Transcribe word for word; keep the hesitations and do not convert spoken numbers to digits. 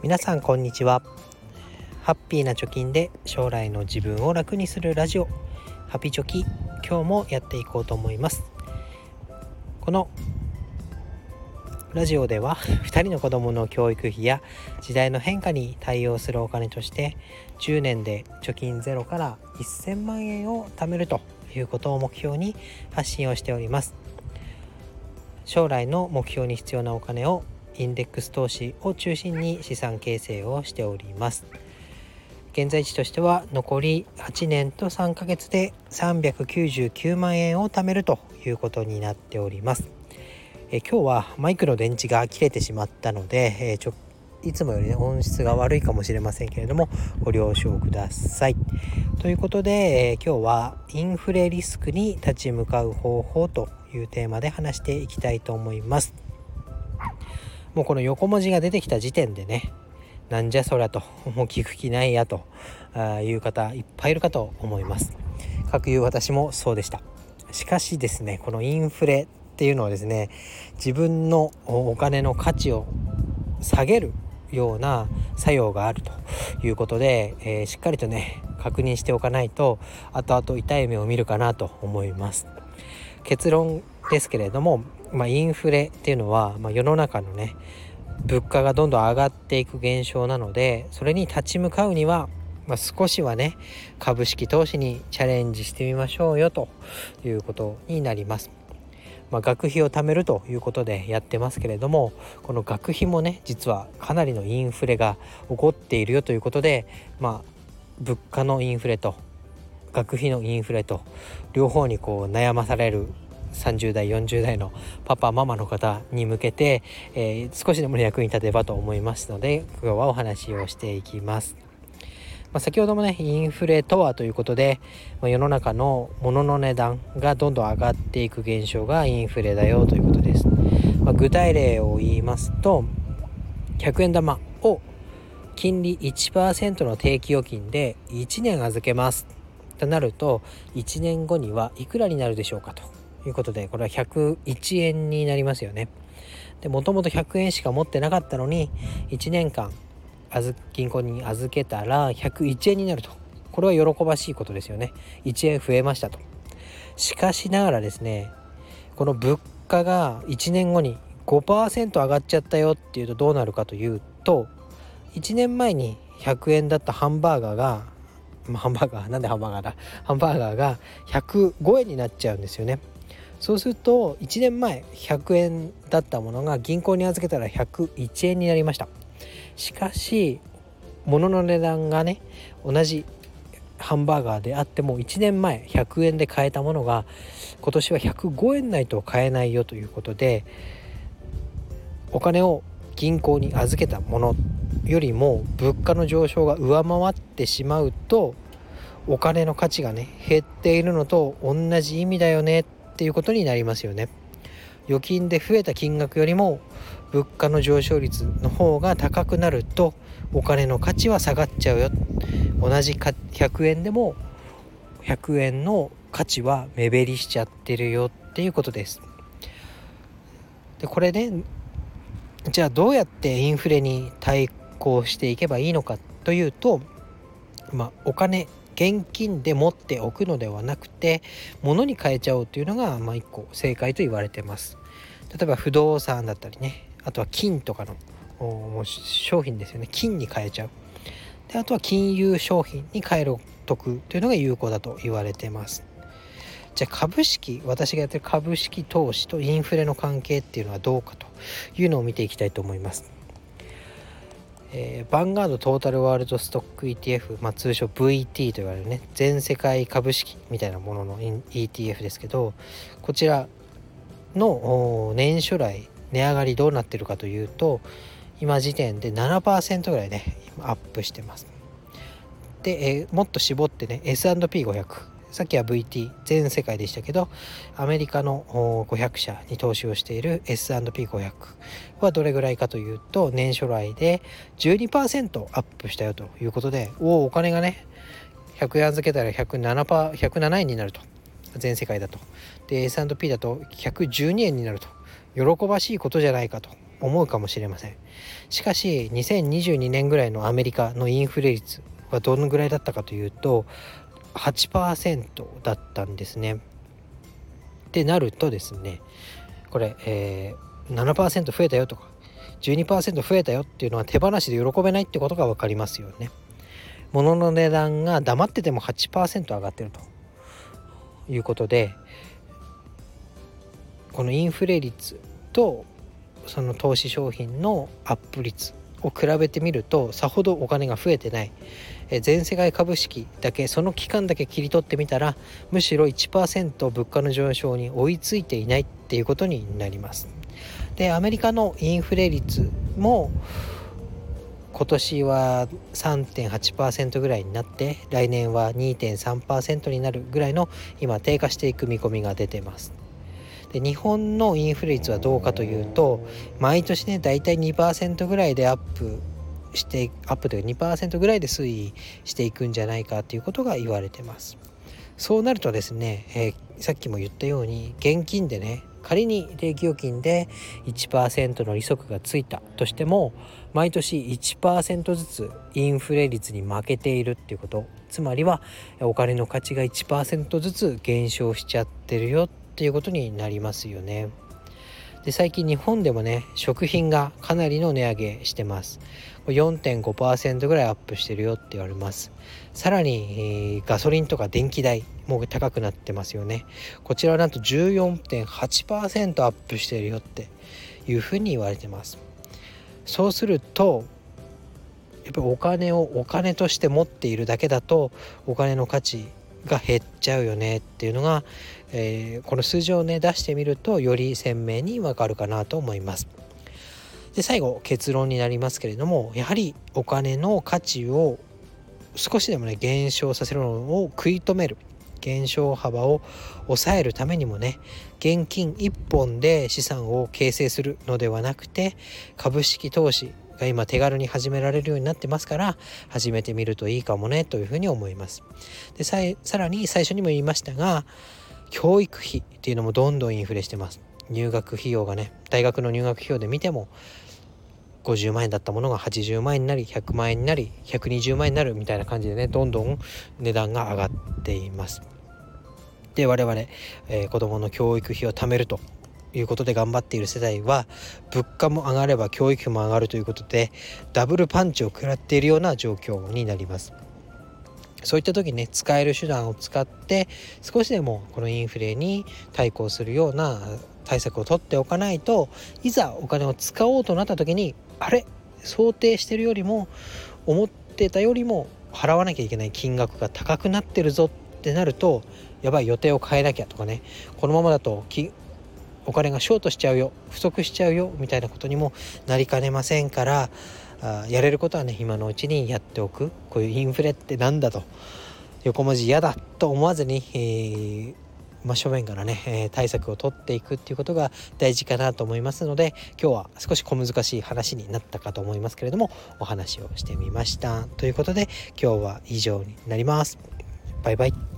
皆さんこんにちは。ハッピーな貯金で将来の自分を楽にするラジオ、ハピチョキ、今日もやっていこうと思います。このラジオではふたりの子どもの教育費や時代の変化に対応するお金としてじゅうねんで貯金ゼロからせんまんえんを貯めるということを目標に発信をしております。将来の目標に必要なお金をインデックス投資を中心に資産形成をしております。現在地としては残りはちねんとさんかげつでさんびゃくきゅうじゅうきゅうまんえんを貯めるということになっております。え今日はマイクの電池が切れてしまったので、えちょいつもより、ね、音質が悪いかもしれませんけれどもご了承ください。ということで、え今日はインフレリスクに立ち向かう方法というテーマで話していきたいと思います。もうこの横文字が出てきた時点でね、なんじゃそりゃと、もう聞く気ないやという方いっぱいいるかと思います。かくいう私もそうでした。しかしですね、このインフレっていうのはですね、自分のお金の価値を下げるような作用があるということで、えー、しっかりとね確認しておかないと後々痛い目を見るかなと思います。結論ですけれども、まあ、インフレっていうのは、まあ、世の中のね物価がどんどん上がっていく現象なので、それに立ち向かうには、まあ、少しはね株式投資にチャレンジしてみましょうよということになります。まあ、学費を貯めるということでやってますけれども、この学費もね実はかなりのインフレが起こっているよということで、まあ物価のインフレと学費のインフレと両方にこう悩まされるさんじゅうだいよんじゅうだいのパパママの方に向けて、えー、少しでも役に立てばと思いますので、今日はお話をしていきます。まあ、先ほどもねインフレとはということで、まあ、世の中の物の値段がどんどん上がっていく現象がインフレだよということです。まあ、具体例を言いますと、ひゃくえん玉を金利 いちパーセント の定期預金でいちねん預けますとなると、いちねんごにはいくらになるでしょうかということで、これはひゃくいちえんになりますよね。で、もともとひゃくえんしか持ってなかったのにいちねんかん銀行に預けたらひゃくいちえんになると、これは喜ばしいことですよね。いちえん増えましたと。しかしながらですね、この物価がいちねんごに ごパーセント 上がっちゃったよっていうとどうなるかというと、いちねんまえにひゃくえんだったハンバーガーが、まあ、ハンバーガーなんでハンバーガーだハンバーガーがひゃくごえんになっちゃうんですよね。そうするといちねんまえひゃくえんだったものが銀行に預けたらひゃくいちえんになりました。しかし物の値段がね同じハンバーガーであってもいちねんまえひゃくえんで買えたものが今年はひゃくごえんないと買えないよということで、お金を銀行に預けたものよりも物価の上昇が上回ってしまうと、お金の価値がね減っているのと同じ意味だよねっていうことになりますよね。預金で増えた金額よりも物価の上昇率の方が高くなると、お金の価値は下がっちゃうよ。同じひゃくえんでもひゃくえんの価値は目減りしちゃってるよっていうことです。でこれね、じゃあどうやってインフレに対抗していけばいいのかというと、まあお金現金で持っておくのではなくて物に変えちゃおうというのが、まあ一個正解と言われてます。例えば不動産だったりね、あとは金とかの商品ですよね、金に変えちゃう。であとは金融商品に変えるとくというのが有効だと言われてます。じゃあ株式、私がやってる株式投資とインフレの関係っていうのはどうかというのを見ていきたいと思います。えー、バンガードトータルワールドストック イーティーエフ、まあ、通称 ブイティー と言われるね全世界株式みたいなものの イーティーエフ ですけど、こちらの年初来値上がりどうなってるかというと、今時点で ななパーセント ぐらいねアップしてます。で、えー、もっと絞ってね エスアンドピーごひゃく、 さっきは ブイティー 全世界でしたけど、アメリカのごひゃくしゃに投資をしている エスアンドピーごひゃく はどれぐらいかというと、年初来で じゅうにパーセント アップしたよということで、おお金がねひゃくえん預けたらひゃくななパーセント、ひゃくななえんになると、全世界だと。で エスアンドピー だとひゃくじゅうにえんになると、喜ばしいことじゃないかと思うかもしれません。しかしにせんにじゅうにねんぐらいのアメリカのインフレ率はどのぐらいだったかというと はちパーセント だったんですね。ってなるとですね、これ、えー、ななパーセント 増えたよとか じゅうにパーセント 増えたよっていうのは手放しで喜べないってことが分かりますよね。物の値段が黙ってても はちパーセント 上がってるということで、このインフレ率とその投資商品のアップ率を比べてみるとさほどお金が増えてない。え全世界株式だけその期間だけ切り取ってみたらむしろ いちパーセント 物価の上昇に追いついていないっていうことになります。でアメリカのインフレ率も今年は さんてんはちパーセント ぐらいになって来年は にてんさんパーセント になるぐらいの今低下していく見込みが出てます。で日本のインフレ率はどうかというと毎年ねだいたい にパーセント ぐらいでアップしてアップというか にパーセント ぐらいで推移していくんじゃないかということが言われてます。そうなるとですね、えー、さっきも言ったように現金でね仮に定期預金で いちパーセント の利息がついたとしても毎年 いちパーセント ずつインフレ率に負けているっていうこと、つまりはお金の価値が いちパーセント ずつ減少しちゃってるよっていうことになりますよね。で最近日本でもね食品がかなりの値上げしてます。 よんてんごパーセント ぐらいアップしてるよって言われます。さらに、えー、ガソリンとか電気代も高くなってますよね。こちらはなんと じゅうよんてんはちパーセント アップしてるよっていうふうに言われてます。そうするとやっぱりお金をお金として持っているだけだとお金の価値が減っちゃうよねっていうのが、えー、この数字をね出してみるとより鮮明にわかるかなと思います。で最後結論になりますけれども、やはりお金の価値を少しでもね減少させるのを食い止める、減少幅を抑えるためにもね現金一本で資産を形成するのではなくて株式投資が今手軽に始められるようになってますから始めてみるといいかもねというふうに思います。で さ, さらに最初にも言いましたが教育費っていうのもどんどんインフレしてます。入学費用がね大学の入学費用で見てもごじゅうまんえんだったものがはちじゅうまんえんになりひゃくまんえんになりひゃくにじゅうまんえんになるみたいな感じでねどんどん値段が上がっています。で我々、えー、子どもの教育費を貯めるということで頑張っている世代は物価も上がれば教育費も上がるということでダブルパンチを食らっているような状況になります。そういった時ね使える手段を使って少しでもこのインフレに対抗するような対策を取っておかないといざお金を使おうとなった時にあれ想定してるよりも思ってたよりも払わなきゃいけない金額が高くなってるぞってなるとやばい予定を変えなきゃとかねこのままだときお金がショートしちゃうよ不足しちゃうよみたいなことにもなりかねませんから、あやれることはね今のうちにやっておく。こういうインフレってなんだと横文字嫌だと思わずに、えー、真正面からね、えー、対策を取っていくっていうことが大事かなと思いますので今日は少し小難しい話になったかと思いますけれどもお話をしてみました。ということで今日は以上になります。バイバイ。